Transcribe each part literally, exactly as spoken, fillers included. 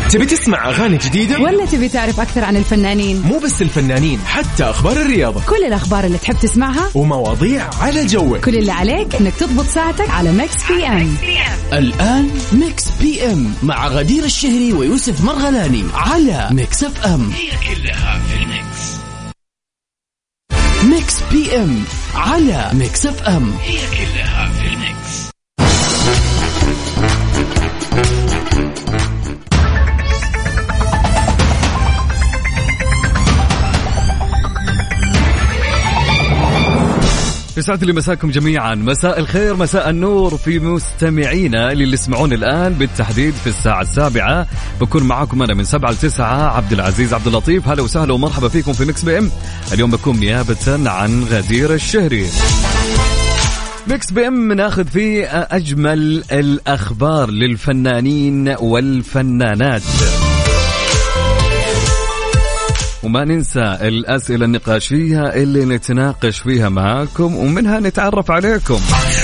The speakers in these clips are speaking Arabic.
تبي تسمع أغاني جديدة ولا تبي تعرف أكثر عن الفنانين؟ مو بس الفنانين، حتى أخبار الرياضة، كل الأخبار اللي تحب تسمعها ومواضيع على جوك. كل اللي عليك إنك تضبط ساعتك على ميكس بي ام. الآن ميكس بي ام مع غدير الشهري ويوسف مرغلاني على ميكس اف ام. هي كلها في الميكس. ميكس بي ام على ميكس اف ام. هي كلها في الميكس. يسعد لي مساكم جميعا، مساء الخير، مساء النور في مستمعينا اللي يسمعون الآن بالتحديد في الساعة السابعة. بكون معاكم أنا من سبعة لتسعة عبد العزيز عبد اللطيف. هلا وسهلا ومرحبا فيكم في ميكس بي ام. اليوم بكون نيابة عن غدير الشهري. ميكس بي ام ناخذ فيه أجمل الأخبار للفنانين والفنانات، وما ننسى الأسئلة النقاشية اللي نتناقش فيها معاكم ومنها نتعرف عليكم،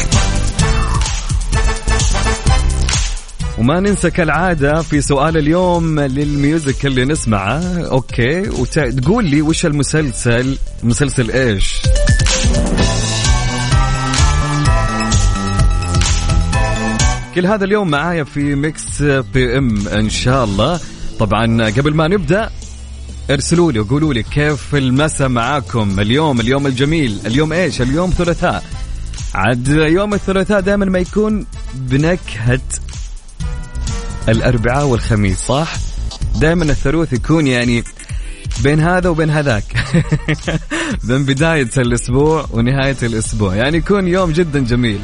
وما ننسى كالعادة في سؤال اليوم للميوزك اللي نسمعه. أوكي، وتقول لي وش المسلسل، مسلسل إيش؟ كل هذا اليوم معايا في ميكس بي ام إن شاء الله. طبعا قبل ما نبدأ ارسلوا لي وقولوا لي كيف المساء معاكم اليوم، اليوم الجميل. اليوم ايش؟ اليوم ثلاثاء. عاد يوم الثلاثاء دائما ما يكون بنكهة الأربعاء والخميس، صح؟ دائما الثلاث يكون يعني بين هذا وبين هذاك بين بداية الأسبوع ونهاية الأسبوع، يعني يكون يوم جدا جميل.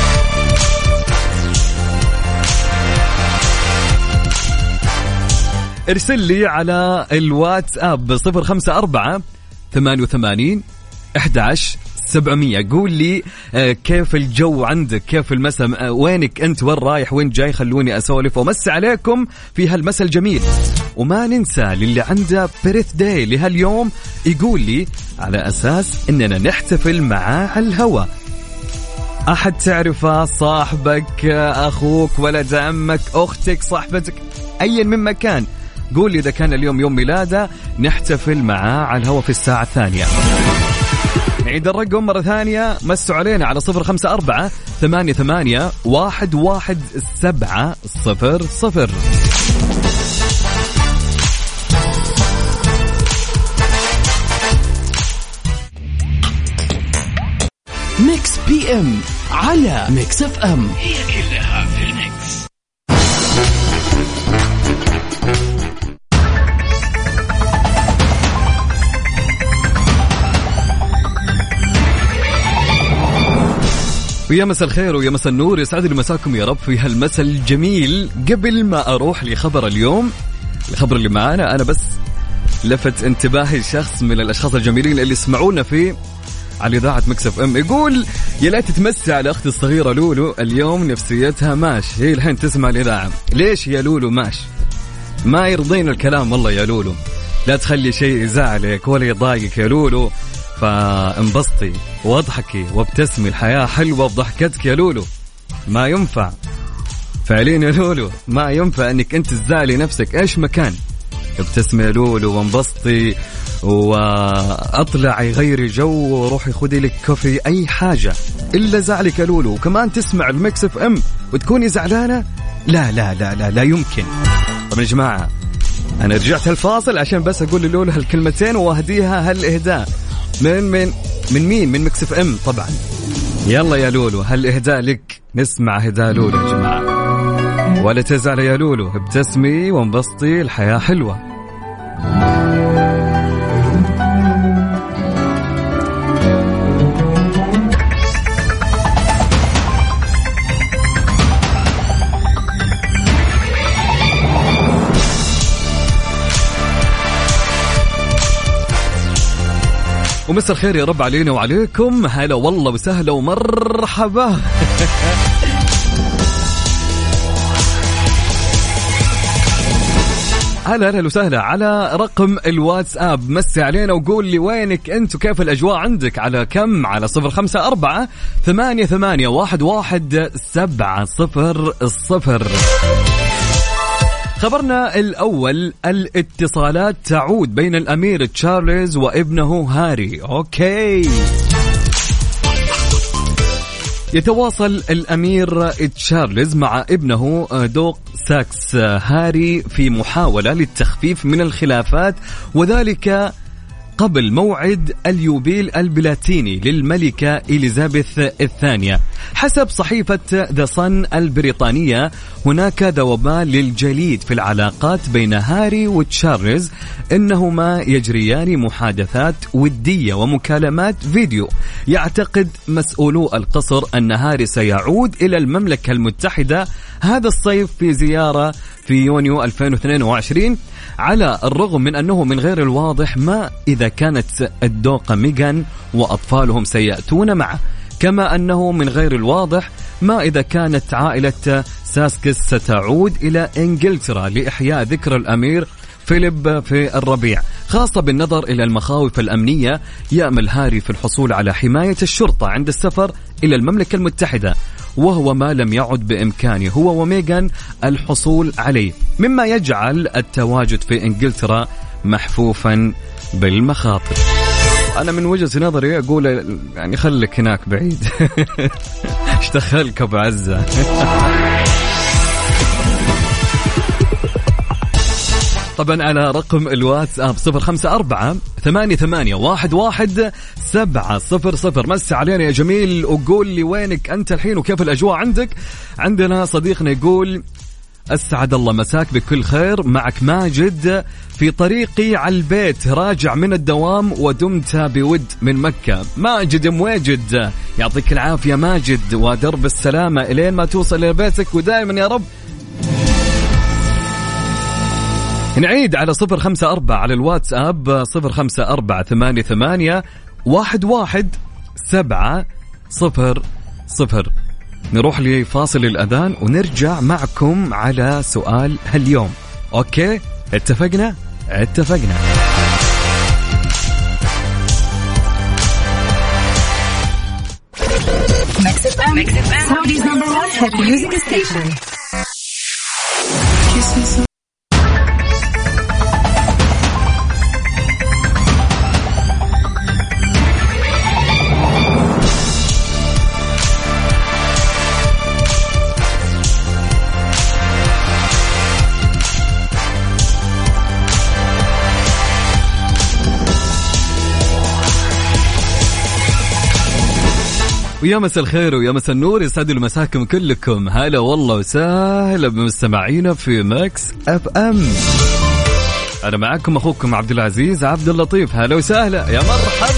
ارسل لي على الواتساب صفر خمسة أربعة ثمانية وثمانين أحد عشر سبعمية. قول لي كيف الجو عندك، كيف المساء، وينك أنت، وين رايح، وين جاي، خلوني أسولف ومس عليكم في هالمساء الجميل. وما ننسى للي عنده بيرث داي لهاليوم يقول لي على أساس إننا نحتفل معاه على الهوا. أحد تعرفه، صاحبك، أخوك، ولد عمك، أختك، صاحبتك، أي من مكان، قول لي إذا كان اليوم يوم ميلاده نحتفل معاه على الهواء في الساعة الثانية. نعيد الرقم مرة ثانية، مسوا علينا على صفر خمسة أربعة ثمانية ثمانية واحد واحد سبعة صفر صفر. ميكس بي ام على ميكس اف ام. هي كلها في الميكس. ويا مساء الخير ويا مساء النور، يسعد لي مساكم يا رب في هالمساء الجميل. قبل ما أروح لخبر اليوم، الخبر اللي معانا، أنا بس لفت انتباهي شخص من الأشخاص الجميلين اللي يسمعونا في على إذاعة ميكس اف ام، يقول يا ليت تتمسي على أختي الصغيرة لولو، اليوم نفسيتها ماش، هي الحين تسمع الإذاعة. ليش يا لولو ماش؟ ما يرضين الكلام والله يا لولو، لا تخلي شيء يزعلك ولا يضايقك يا لولو، فانبسطي واضحكي وابتسمي، الحياة حلوة بضحكتك يا لولو. ما ينفع فعليا يا لولو، ما ينفع انك انت تزعلي نفسك. ايش مكان، ابتسمي يا لولو وانبسطي واطلعي غيري جو وروحي خدي لك كوفي، اي حاجة الا زعلك يا لولو. وكمان تسمع الميكس اف ام وتكوني زعلانة، لا لا لا لا لا يمكن. طب يا جماعة انا رجعت الفاصل عشان بس اقول للولو هالكلمتين واهديها هالاهداء من من من مين؟ من ميكس اف ام طبعا. يلا يا لولو هالاهداء لك، نسمع هداء لولو يا جماعة. ولا تزعل يا لولو، ابتسمي وانبسطي، الحياة حلوة. ومساء الخير يا رب علينا وعليكم، هلا والله وسهلا ومرحبا. هلا هلا وسهلا على رقم الواتساب، مسي علينا وقول لي وينك انت وكيف الاجواء عندك، على كم؟ على صفر خمسة أربعة ثمانية ثمانية واحد واحد سبعة صفر صفر. خبرنا الأول، الاتصالات تعود بين الأمير تشارلز وابنه هاري. أوكي. يتواصل الأمير تشارلز مع ابنه دوق ساكس هاري في محاولة للتخفيف من الخلافات، وذلك قبل موعد اليوبيل البلاتيني للملكة إليزابيث الثانية. حسب صحيفة ذا صن البريطانية، هناك ذوبان للجليد في العلاقات بين هاري وتشارلز، إنهما يجريان محادثات ودية ومكالمات فيديو. يعتقد مسؤولو القصر أن هاري سيعود إلى المملكة المتحدة هذا الصيف في زيارة في يونيو ألفين واثنين وعشرين، على الرغم من أنه من غير الواضح ما إذا كانت الدوقة ميغان وأطفالهم سيأتون معه، كما أنه من غير الواضح ما إذا كانت عائلة ساسكس ستعود إلى إنجلترا لإحياء ذكرى الأمير فيليب في الربيع. خاصة بالنظر إلى المخاوف الأمنية، يأمل هاري في الحصول على حماية الشرطة عند السفر إلى المملكة المتحدة، وهو ما لم يعد بإمكانه هو وميغان الحصول عليه، مما يجعل التواجد في إنجلترا محفوفا بالمخاطر. أنا من وجهة نظري أقول يعني خليك هناك بعيد. اشتخلك بعزة. طبعا على رقم الواتساب صفر خمسة أربعة ثمانية ثمانية واحد واحد سبعة صفر صفر. مس علينا يا جميل وقول لي وينك أنت الحين وكيف الأجواء عندك. عندنا صديقنا يقول أسعد الله مساك بكل خير، معك ماجد في طريقي على البيت راجع من الدوام ودمت بود من مكة. ماجد مواجد، يعطيك العافية ماجد ودرب السلامة إلين ما توصل إلى بيتك ودائما يا رب. نعيد على صفر خمسة أربعة على الواتساب صفر خمسة أربعة ثمانية ثمانية واحد واحد سبعة صفر صفر. نروح لفاصل الأذان ونرجع معكم على سؤال هاليوم. أوكي اتفقنا اتفقنا. Saudi's number one hit music station. ويا مساء الخير ويا مساء النور، يسعد المساكم كلكم. هلا والله وسهلا بمستمعينا في ماكس اف ام. انا معكم اخوكم عبد العزيز عبد اللطيف. هلا وسهلا يا مرحب.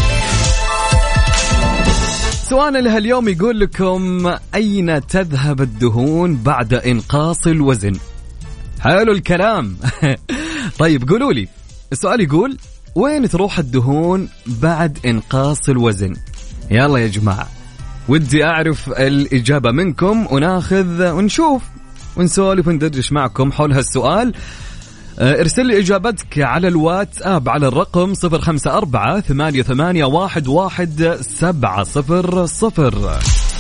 سؤالنا لهاليوم يقول لكم أين تذهب الدهون بعد إنقاص الوزن؟ حلو الكلام. طيب قولوا لي، السؤال يقول وين تروح الدهون بعد إنقاص الوزن؟ يلا يا جماعة ودي أعرف الإجابة منكم وناخذ ونشوف ونسولف وندردش معكم حول هالسؤال. ارسل لي إجابتك على الواتساب على الرقم صفر خمسة أربعة ثمانية ثمانية واحد واحد سبعة صفر صفر.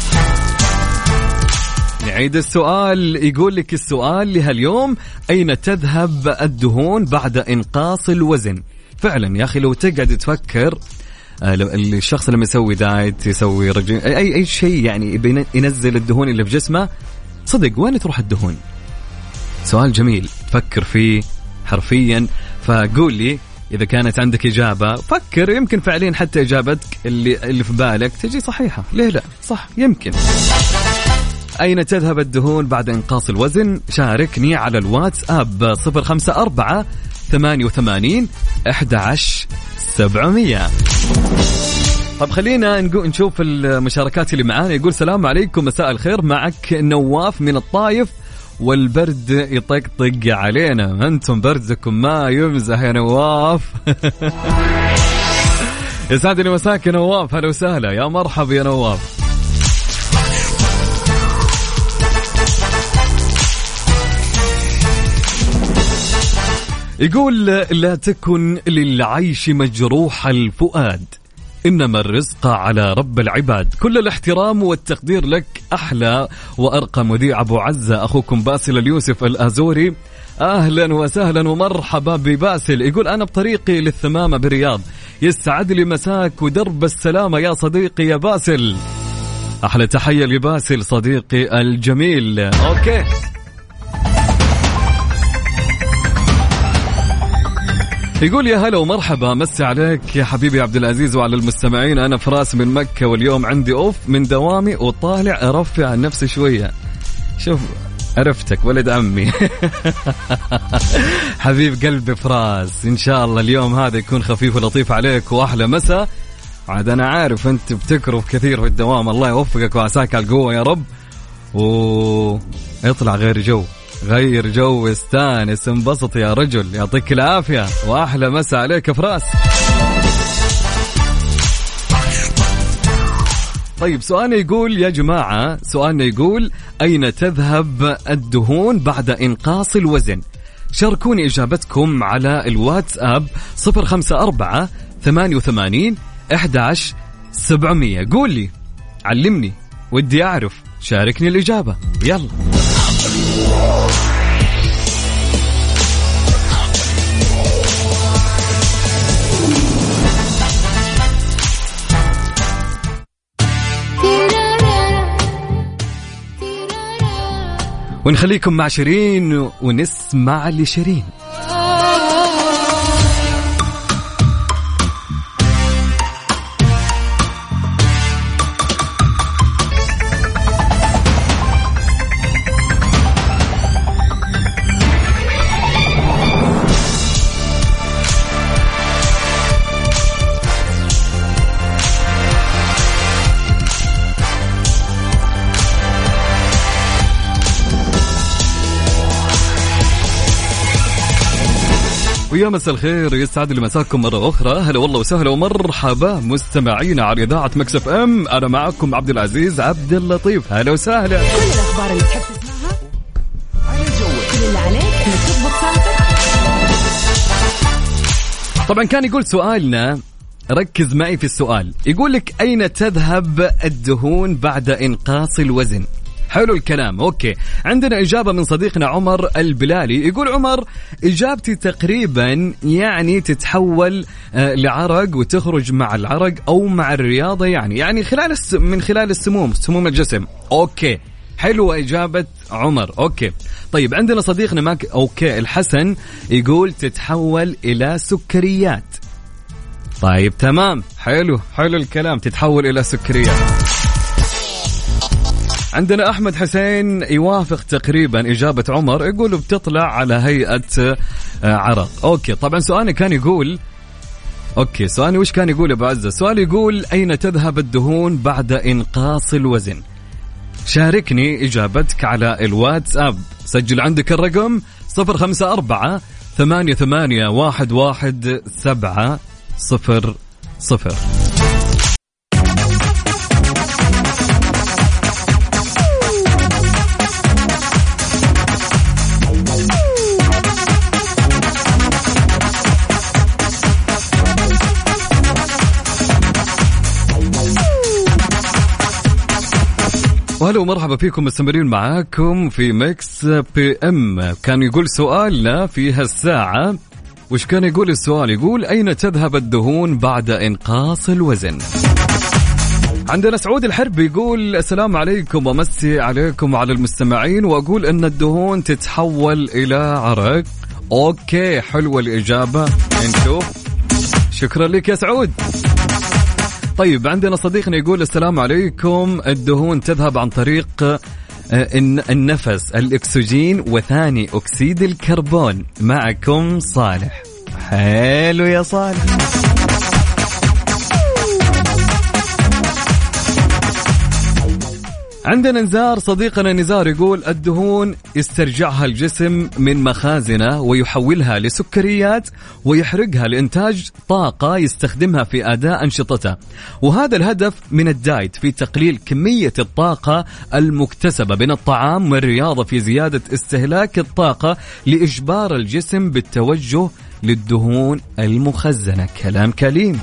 نعيد السؤال، يقول لك السؤال لهاليوم أين تذهب الدهون بعد إنقاص الوزن؟ فعلا يا أخي لو تقعد تفكر الشخص لما يسوي دايت يسوي رجيم أي أي شيء يعني ينزل الدهون اللي في جسمه، صدق وين تروح الدهون؟ سؤال جميل تفكر فيه حرفيا. فقول لي إذا كانت عندك إجابة، فكر يمكن فعليا حتى إجابتك اللي اللي في بالك تجي صحيحة، ليه لا؟ صح يمكن. أين تذهب الدهون بعد إنقاص الوزن؟ شاركني على الواتساب صفر خمسة أربعة ثمانية وثمانين أحد عشر سبعمية. طب خلينا نشوف المشاركات اللي معانا. يقول سلام عليكم مساء الخير، معك نواف من الطايف والبرد يطقطق علينا. أنتم بردكم ما يمزح يا نواف. يسعدني مساك يا نواف، هلا وسهلا يا مرحبا يا نواف. يقول لا تكن للعيش مجروح الفؤاد، إنما الرزق على رب العباد. كل الاحترام والتقدير لك أحلى وأرقى مذيع أبو عزة، أخوكم باسل اليوسف الأزوري أهلا وسهلا ومرحبا بباسل. يقول أنا بطريقي للثمامة بالرياض، يستعد لي مساك ودرب السلامة يا صديقي يا باسل. أحلى تحية لباسل صديقي الجميل. أوكي يقول يا هلا ومرحبا، مسي عليك يا حبيبي عبد العزيز وعلى المستمعين. أنا فراس من مكة واليوم عندي أوف من دوامي وطالع أرفع عن نفسي شوية. شوف عرفتك ولد عمي. حبيب قلبي فراس، إن شاء الله اليوم هذا يكون خفيف ولطيف عليك وأحلى مساء. عاد أنا عارف أنت بتكرف كثير في الدوام، الله يوفقك وعساك على القوة يا رب، ويطلع غير جو غير جو استانس انبسط يا رجل، يعطيك العافية وأحلى مساء عليك فراس. طيب سؤالنا يقول يا جماعة، سؤالنا يقول أين تذهب الدهون بعد إنقاص الوزن؟ شاركوني إجابتكم على الواتساب صفر خمسة أربعة ثمانية وثمانين أحد عشر سبعمية. قول لي، علمني، ودي أعرف، شاركني الإجابة، يلا. ونخليكم مع شيرين ونسمع لشيرين. ويا مساء الخير، يسعد لي مساكم مرة أخرى. هلا والله وسهلا ومرحبا مستمعينا على إذاعة مكس اف ام. أنا معكم عبد العزيز عبد اللطيف. هلا وسهلا. كل الأخبار اللي تحب تسمعها على جوك، كل اللي عليك إنك تضبط ساعتك. طبعا كان يقول سؤالنا، ركز معي في السؤال، يقول لك أين تذهب الدهون بعد إنقاص الوزن؟ حلو الكلام. أوكي، عندنا إجابة من صديقنا عمر البلالي. يقول عمر إجابتي تقريبا يعني تتحول آه لعرق وتخرج مع العرق أو مع الرياضة، يعني يعني خلال الس... من خلال السموم سموم الجسم. أوكي حلوة إجابة عمر. أوكي طيب عندنا صديقنا ماك أوكي الحسن يقول تتحول إلى سكريات. طيب تمام، حلو حلو الكلام، تتحول إلى سكريات. عندنا أحمد حسين يوافق تقريبا إجابة عمر، يقول بتطلع على هيئة عرق. أوكي طبعا سؤالي كان يقول، أوكي سؤالي وش كان يقول يا أبو عزة؟ سؤال يقول أين تذهب الدهون بعد إنقاص الوزن؟ شاركني إجابتك على الواتساب، سجل عندك الرقم صفر خمسة أربعة ثمانية ثمانية واحد واحد سبعة صفر صفر. وهلا ومرحبا فيكم، مستمرين معاكم في ميكس بي ام. كان يقول سؤالنا في هالساعة، وش كان يقول السؤال؟ يقول أين تذهب الدهون بعد إنقاص الوزن؟ عندنا سعود الحرب يقول السلام عليكم ومسي عليكم وعلى المستمعين، وأقول أن الدهون تتحول إلى عرق. أوكي حلوة الإجابة، نشوف. شكرا لك يا سعود. طيب عندنا صديقنا يقول السلام عليكم، الدهون تذهب عن طريق النفس، الأكسجين وثاني أكسيد الكربون. معكم صالح. حلو يا صالح. عندنا نزار، صديقنا نزار يقول الدهون يسترجعها الجسم من مخازنه ويحولها لسكريات ويحرقها لإنتاج طاقة يستخدمها في أداء أنشطته، وهذا الهدف من الدايت في تقليل كمية الطاقة المكتسبة من الطعام والرياضة في زيادة استهلاك الطاقة لإجبار الجسم بالتوجه للدهون المخزنة. كلام كليم.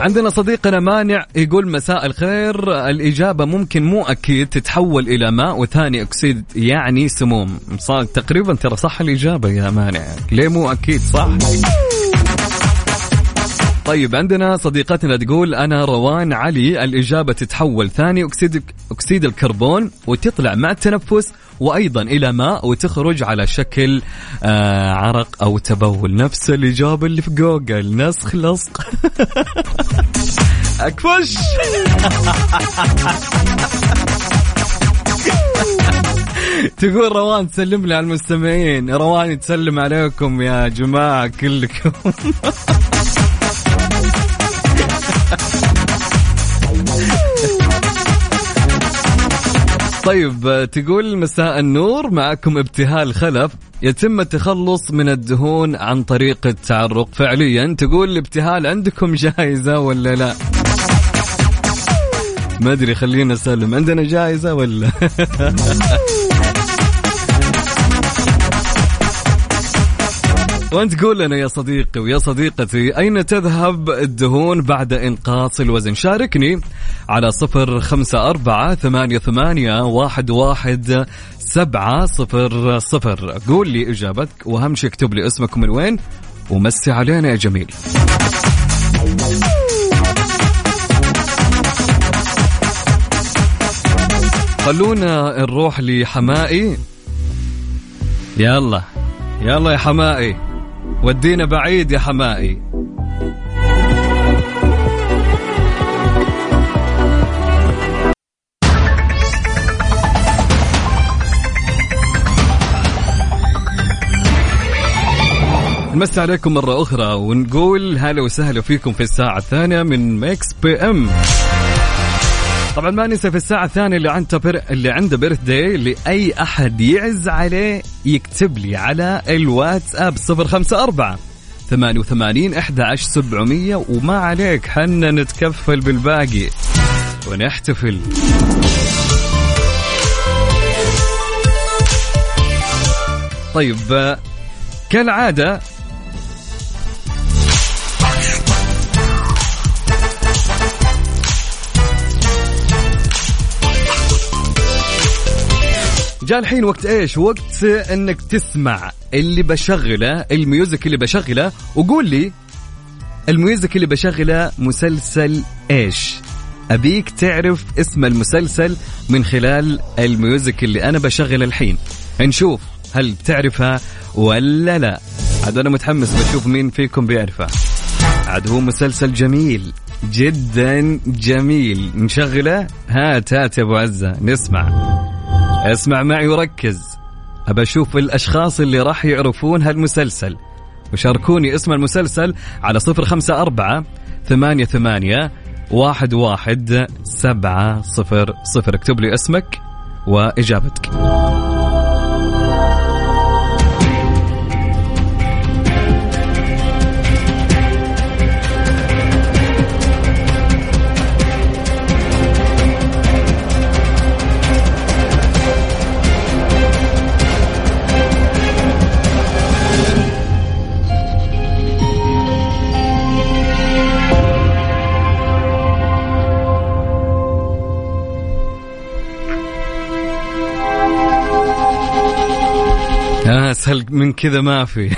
عندنا صديقنا مانع يقول مساء الخير، الإجابة ممكن مو أكيد تتحول إلى ماء وثاني أكسيد يعني سموم. صار تقريبا ترى صح الإجابة يا مانع، ليه مو أكيد صح؟ طيب عندنا صديقتنا تقول أنا روان علي، الإجابة تتحول ثاني أكسيد أكسيد الكربون وتطلع مع التنفس وأيضا إلى ماء وتخرج على شكل آه عرق أو تبول. نفس الإجابة اللي في جوجل، نسخ لصق. أكفش. تقول روان تسلم لي على المستمعين. روان تسلم عليكم يا جماعة كلكم. طيب تقول مساء النور، معكم ابتهال خلف، يتم التخلص من الدهون عن طريق التعرق فعليا. تقول ابتهال عندكم جائزة ولا لا؟ ما أدري، خلينا نسلم، عندنا جائزة ولا؟ وانت تقول لنا يا صديقي ويا صديقتي، أين تذهب الدهون بعد إنقاص الوزن؟ شاركني على صفر خمسة أربعة ثمانية ثمانية واحد واحد سبعة صفر صفر. قول لي إجابتك وأهم شيء اكتب لي اسمك من وين ومسي علينا يا جميل. خلونا نروح لحمائي. يلا يلا يا حمائي، ودينا بعيد يا حمائي. نمسي عليكم مرة أخرى ونقول هلا وسهلا فيكم في الساعة الثانية من ميكس بي ام. طبعا ما ننسى في الساعة الثانية اللي عنده بر... اللي عنده بيرث داي لأي أحد يعز عليه يكتب لي على الواتساب صفر خمسة أربعة ثمانية وثمانين أحد عشر سبعمية، وما عليك حنا نتكفل بالباقي ونحتفل. طيب كالعادة جاء الحين وقت ايش؟ وقت انك تسمع اللي بشغله، الميوزك اللي بشغله، وقول لي الميوزك اللي بشغله مسلسل ايش. ابيك تعرف اسم المسلسل من خلال الميوزك اللي انا بشغله الحين. نشوف هل بتعرفها ولا لا. عاد انا متحمس بشوف مين فيكم بيعرفها. عاد هو مسلسل جميل جدا جميل، نشغله. هات هات يا ابو عزة نسمع، اسمع معي وركز. أبى أشوف الأشخاص اللي راح يعرفون هالمسلسل وشاركوني اسم المسلسل على صفر خمسة أربعة ثمانية ثمانية واحد واحد سبعة صفر صفر. اكتب لي اسمك وإجابتك. أسهل من كذا ما في.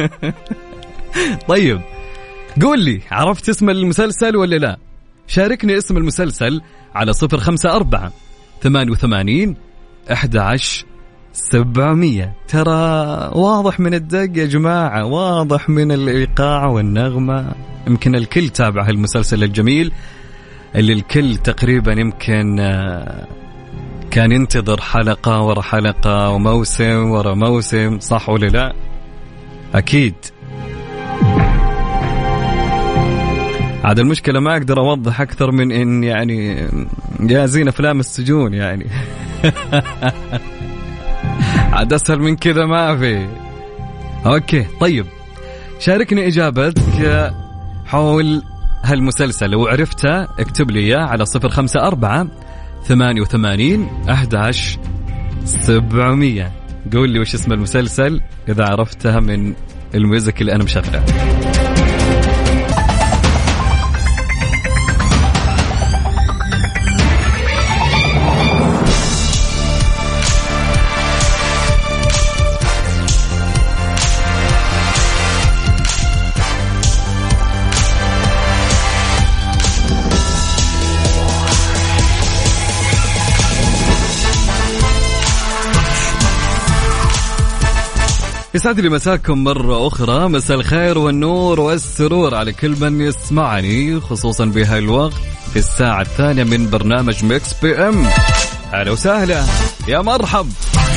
طيب قول لي عرفت اسم المسلسل ولا لا؟ شاركني اسم المسلسل على صفر خمسة أربعة ثمانية وثمانين أحد عشر سبعمية. ترى واضح من الدق يا جماعة، واضح من الإيقاع والنغمة. يمكن الكل تابع المسلسل الجميل اللي الكل تقريبا يمكن كان ينتظر حلقة ورا حلقة وموسم ورا موسم، صح ولا لا؟ أكيد. عاد المشكلة ما أقدر أوضح أكثر من إن يعني جاهزين أفلام السجون يعني. عاد أسهل من كذا ما في. أوكي طيب شاركني إجابتك حول هالمسلسل، لو عرفتها اكتب لي إياه على صفر خمسة أربعة ثمانية وثمانين أحد عشر سبعمية. قول لي وش اسم المسلسل إذا عرفتها من الميوزك اللي أنا مشغلها. يسعد لي مساكم مرة أخرى، مساء الخير والنور والسرور على كل من يسمعني، خصوصا بهالوقت في الساعة الثانية من برنامج ميكس بي ام. أهلا وسهلا، يا مرحب.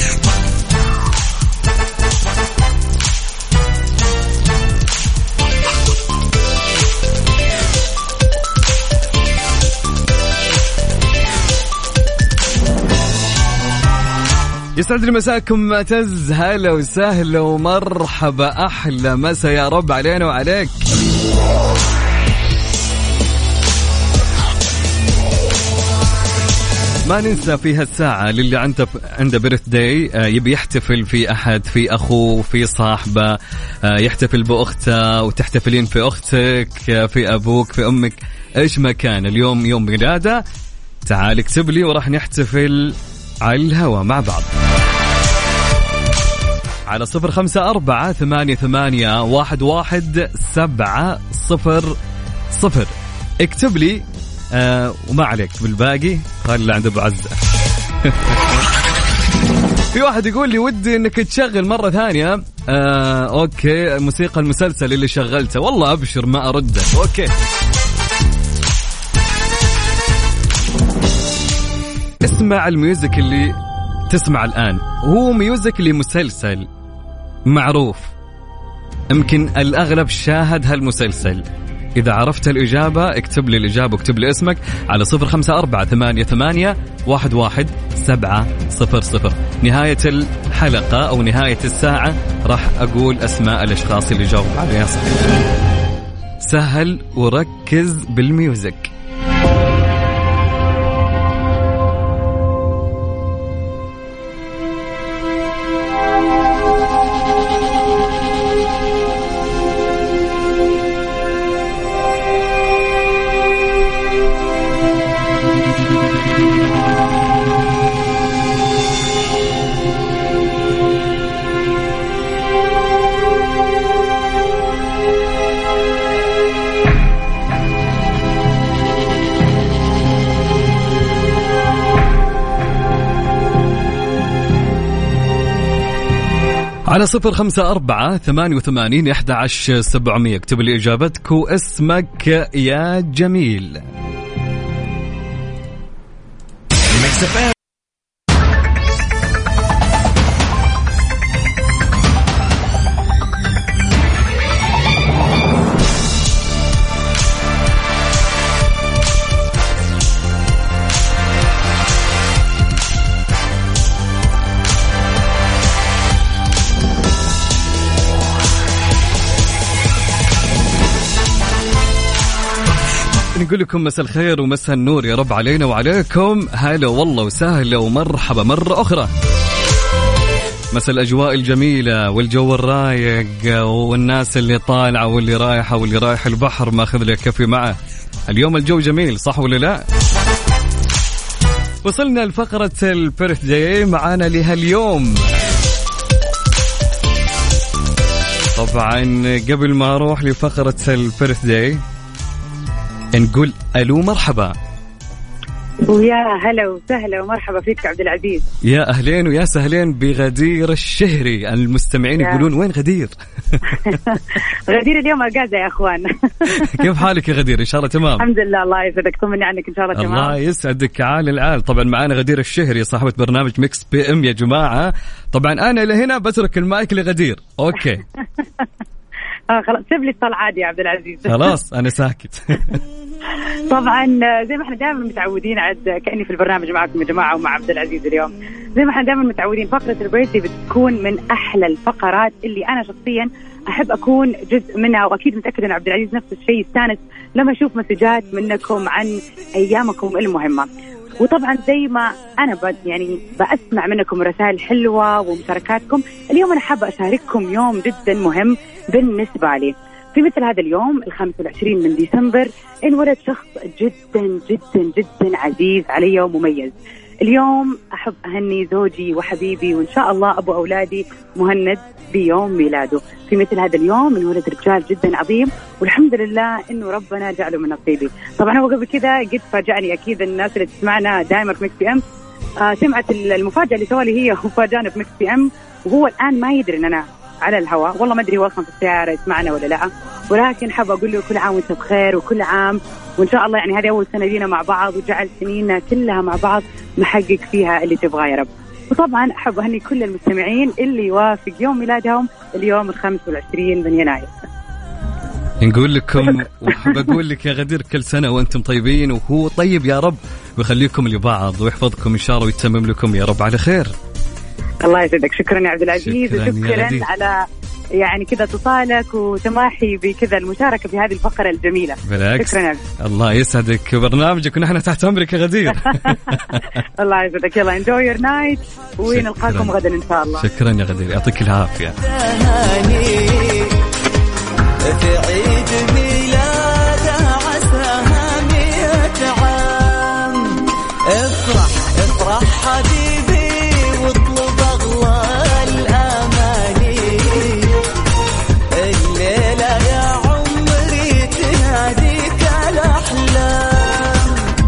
يسعد لي مساكم معتز، هلا وسهلا ومرحبا، أحلى مسا يا رب علينا وعليك. ما ننسى في هالساعة للي عنده عنده بيرث داي، يبي يحتفل في أحد، في أخوه، في صاحبه، يحتفل بأخته وتحتفلين في أختك، في أبوك، في أمك، إيش ما كان اليوم يوم ميلاده، تعال اكتب لي وراح نحتفل على الهواء مع بعض على صفر خمسة أربعة ثمانية ثمانية واحد واحد سبعة صفر صفر. اكتب لي آه وما عليك بالباقي خلي عند أبو عزة. في واحد يقول لي ودي انك تشغل مرة ثانية آه اوكي موسيقى المسلسل اللي شغلته، والله ابشر ما اردك. اوكي اسمع الميوزك اللي تسمع الآن، هو ميوزك لمسلسل معروف، يمكن الأغلب شاهد هالمسلسل. إذا عرفت الإجابة اكتب لي الإجابة، اكتب لي اسمك على صفر خمسة أربعة ثمانية ثمانية واحد واحد سبعة صفر صفر. نهاية الحلقة أو نهاية الساعة راح أقول أسماء الأشخاص اللي جاوب عليها صحيح. سهل وركز بالميوزك. على صفر خمسة أربعة ثمانية وثمانين أحد عشر سبعمية اكتب لي إجابتك واسمك يا جميل. نقول لكم مساء الخير ومساء النور يا رب علينا وعليكم. هلا والله وسهلا ومرحبا مرة أخرى. مساء الأجواء الجميلة والجو الرايق والناس اللي طالعة واللي رايحة واللي رايح البحر ما أخذ له كفي معه. اليوم الجو جميل صح ولا لا؟ وصلنا لفقرة البيرث داي معانا لهاليوم. طبعا قبل ما أروح لفقرة البيرث داي نقول ألو مرحبا. ويا هلا وسهلا ومرحبا فيك عبد العزيز. يا أهلين ويا سهلين بغدير الشهري. المستمعين يقولون وين غدير؟ غدير اليوم أجازة يا أخوان. كيف حالك يا غدير؟ إن شاء الله تمام. الحمد لله الله يسعدك، طمني عنك إن شاء الله تمام. الله يسعدك عال العال. طبعا معانا غدير الشهري صاحبة برنامج ميكس بي ام يا جماعة. طبعا أنا لهنا بترك المايك لغدير. أوكي. آه خلاص سيب لي الصلاة عادي يا عبد العزيز. خلاص أنا ساكت. طبعا زي ما احنا دائما متعودين عد كأني في البرنامج معكم يا جماعة ومع عبد العزيز اليوم، زي ما احنا دائما متعودين فقرة البيرثدي بتكون من أحلى الفقرات اللي أنا شخصيا أحب أكون جزء منها، وأكيد متأكد أن عبد العزيز نفس الشيء يستانس لما أشوف مسجات منكم عن أيامكم المهمة. وطبعا زي ما أنا بد يعني بأسمع منكم رسائل حلوة ومشاركاتكم، اليوم أنا حابة أشارككم يوم جدا مهم بالنسبة لي. في مثل هذا اليوم الخامس والعشرين من ديسمبر انولد شخص جدا جدا جدا عزيز علي ومميز. اليوم أحب أهني زوجي وحبيبي وإن شاء الله أبو أولادي مهند بيوم ميلاده. في مثل هذا اليوم انولد رجال جدا عظيم، والحمد لله إنه ربنا جعله من نصيبي. طبعا هو قبل كذا قد فاجأني، أكيد الناس اللي تسمعنا دائما في ميكس بي ام آه سمعت المفاجأة اللي سوالي هي وفاجأنا في ميكس بي ام، وهو الآن ما يدري إن أنا على الهواء، والله ما أدري هو أصلا في السيارة يسمعنا ولا لا، ولكن حابة أقول له كل عام وأنت بخير وكل عام وإن شاء الله يعني هذه أول سنة لينا مع بعض، وجعل سنيننا كلها مع بعض نحقق فيها اللي تبغاه يا رب. وطبعا أحب أهني كل المستمعين اللي يوافق يوم ميلادهم اليوم الخامس والعشرين من يناير. نقول لكم وحب أقول لك يا غدير كل سنة وأنتم طيبين وهو طيب يا رب، ويخليكم لبعض ويحفظكم إن شاء الله ويتمم لكم يا رب على خير. الله يسعدك، شكرا يا عبد العزيز، شكرا وشكرا على يعني كذا اتصالك وتماحي بكذا المشاركة في هذه الفقرة الجميلة. بالعكس، شكرا. الله يسعدك، برنامجك ونحن تحت أمرك يا غدير. الله يسعدك، يلا enjoy your night ونلقاكم غدا إن شاء الله. شكرا يا غدير، يعطيك العافية. في عيد ميلادها عساها مئة عام، افرح افرح حبيبي واطلب أغلى الأماني، الليلة يا عمري تناديك الأحلام،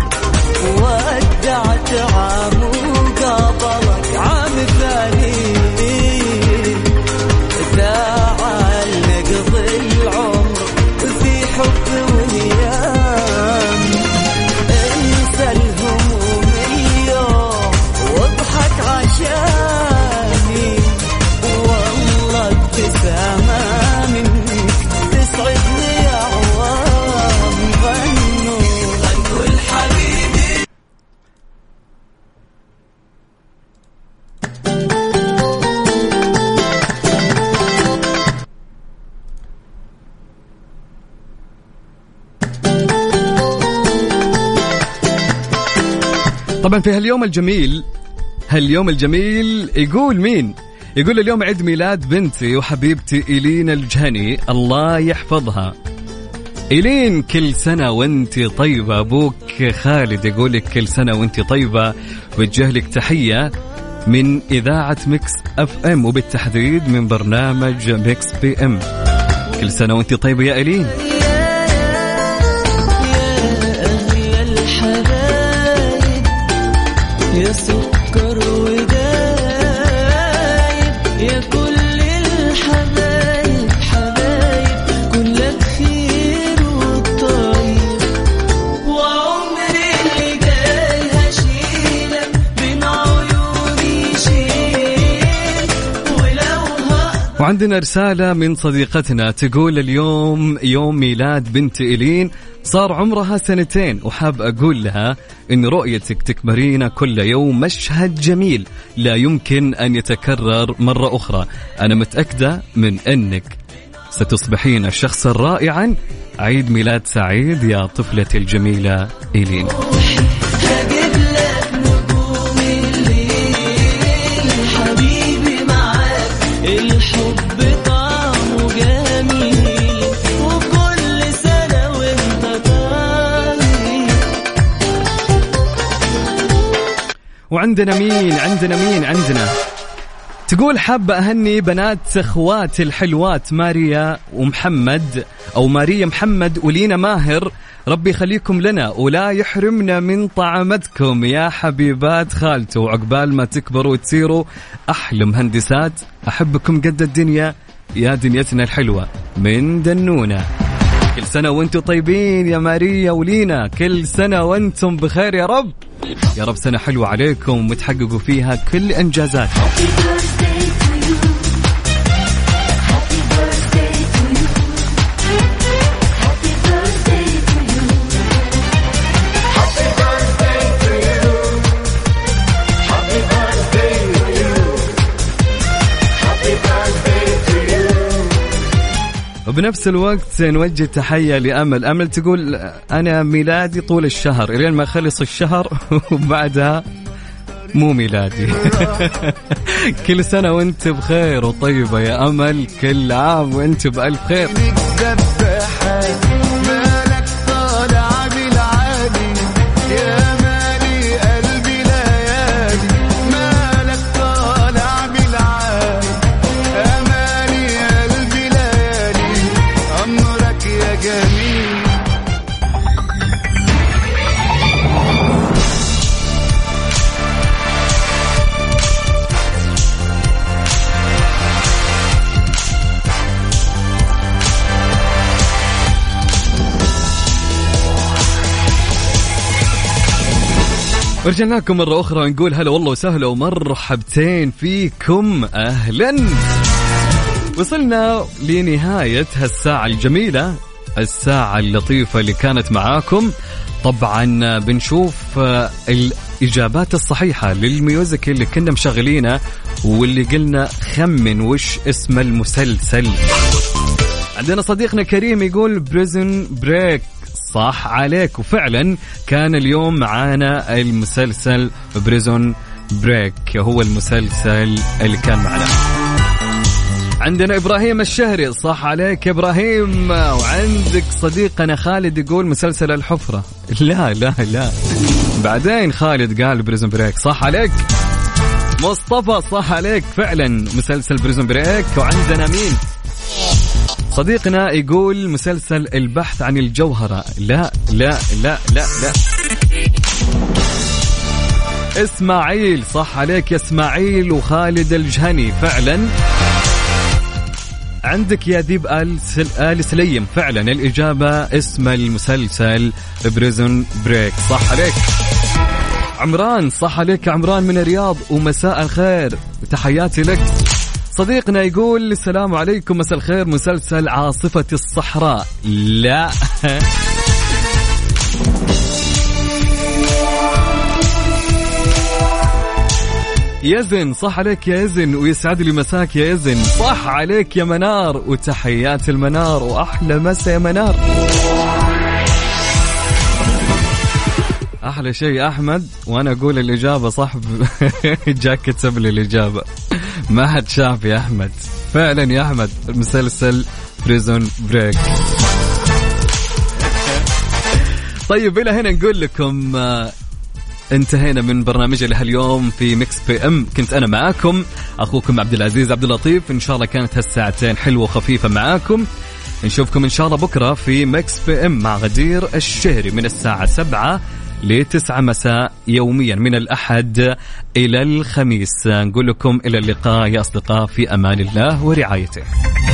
ودعت عام وقابلك عام ثاني، طبعا في هاليوم الجميل هاليوم الجميل يقول مين؟ يقول اليوم عيد ميلاد بنتي وحبيبتي إيلين الجهني، الله يحفظها. إيلين كل سنة وانتي طيبة. أبوك خالد يقول لك كل سنة وانتي طيبة، وجه لك تحية من إذاعة ميكس أف أم وبالتحديد من برنامج ميكس بي أم. كل سنة وانتي طيبة يا إيلين. يا سكر ودايب يا كل الحبايب حبايب كلك خير والطيب، وعمري اللي جاي هشيلك بين عيوني شيل ولو ها. وعندنا رسالة من صديقتنا تقول اليوم يوم ميلاد بنت إيلين، صار عمرها سنتين، وحاب أقول لها إن رؤيتك تكبرين كل يوم مشهد جميل لا يمكن أن يتكرر مرة أخرى. أنا متأكدة من أنك ستصبحين شخصا رائعا. عيد ميلاد سعيد يا طفلتي الجميلة إيلين. وعندنا مين عندنا مين عندنا تقول حابة أهني بنات أخواتي الحلوات ماريا ومحمد، أو ماريا محمد ولينا ماهر، ربي يخليكم لنا ولا يحرمنا من طعامتكم يا حبيبات خالته، وعقبال ما تكبروا وتصيروا أحلى مهندسات. أحبكم قد الدنيا يا دنيتنا الحلوة من دنونة. كل سنة وانتم طيبين يا ماريا ولينا، كل سنة وانتم بخير يا رب. يا رب سنة حلوة عليكم وتحققوا فيها كل إنجازاتكم. وبنفس الوقت نوجه تحية لأمل. أمل تقول أنا ميلادي طول الشهر إلين ما خلص الشهر وبعدها مو ميلادي. كل سنة وانت بخير وطيبة يا أمل، كل عام وانت بألف خير. ورجعنا لكم مرة أخرى ونقول هلا والله وسهلا ومرحبتين فيكم. أهلا. وصلنا لنهاية هالساعة الجميلة، الساعة اللطيفة اللي كانت معاكم. طبعا بنشوف الإجابات الصحيحة للميوزك اللي كنا مشغلينه واللي قلنا خمن وش اسم المسلسل. عندنا صديقنا كريم يقول بريزن بريك، صح عليك، وفعلا كان اليوم معانا المسلسل بريزون بريك، هو المسلسل اللي كان معنا. عندنا إبراهيم الشهري، صح عليك يا إبراهيم. وعندك صديقنا خالد يقول مسلسل الحفرة. لا لا لا، بعدين خالد قال بريزون بريك، صح عليك. مصطفى صح عليك، فعلا مسلسل بريزون بريك. وعندنا مين صديقنا يقول مسلسل البحث عن الجوهرة. لا لا لا لا لا. إسماعيل صح عليك يا إسماعيل. وخالد الجهني فعلا. عندك يا ديب آل, سل... آل سليم، فعلا الإجابة اسم المسلسل بريزون بريك، صح عليك. عمران صح عليك يا عمران من الرياض، ومساء الخير وتحياتي لك. صديقنا يقول السلام عليكم مساء الخير، مسلسل عاصفة الصحراء. لا يزن صح عليك يا يزن، ويسعد لي مساك يا يزن. صح عليك يا منار، وتحيات المنار، وأحلى مسا يا منار. أحلى شيء أحمد وأنا أقول الإجابة صح. جاك كتب لي الإجابة، ما حد شاف يا أحمد. فعلا يا أحمد المسلسل بريزون بريك. طيب إلى هنا نقول لكم انتهينا من برنامجنا لهاليوم في ميكس بي ام. كنت أنا معاكم أخوكم عبد العزيز عبد اللطيف. إن شاء الله كانت هالساعتين حلوة وخفيفة معاكم. نشوفكم إن شاء الله بكرة في ميكس بي ام مع غدير الشهري من الساعة سبعة لتسعة مساء يوميا من الأحد إلى الخميس. نقول لكم إلى اللقاء يا أصدقاء، في أمان الله ورعايته.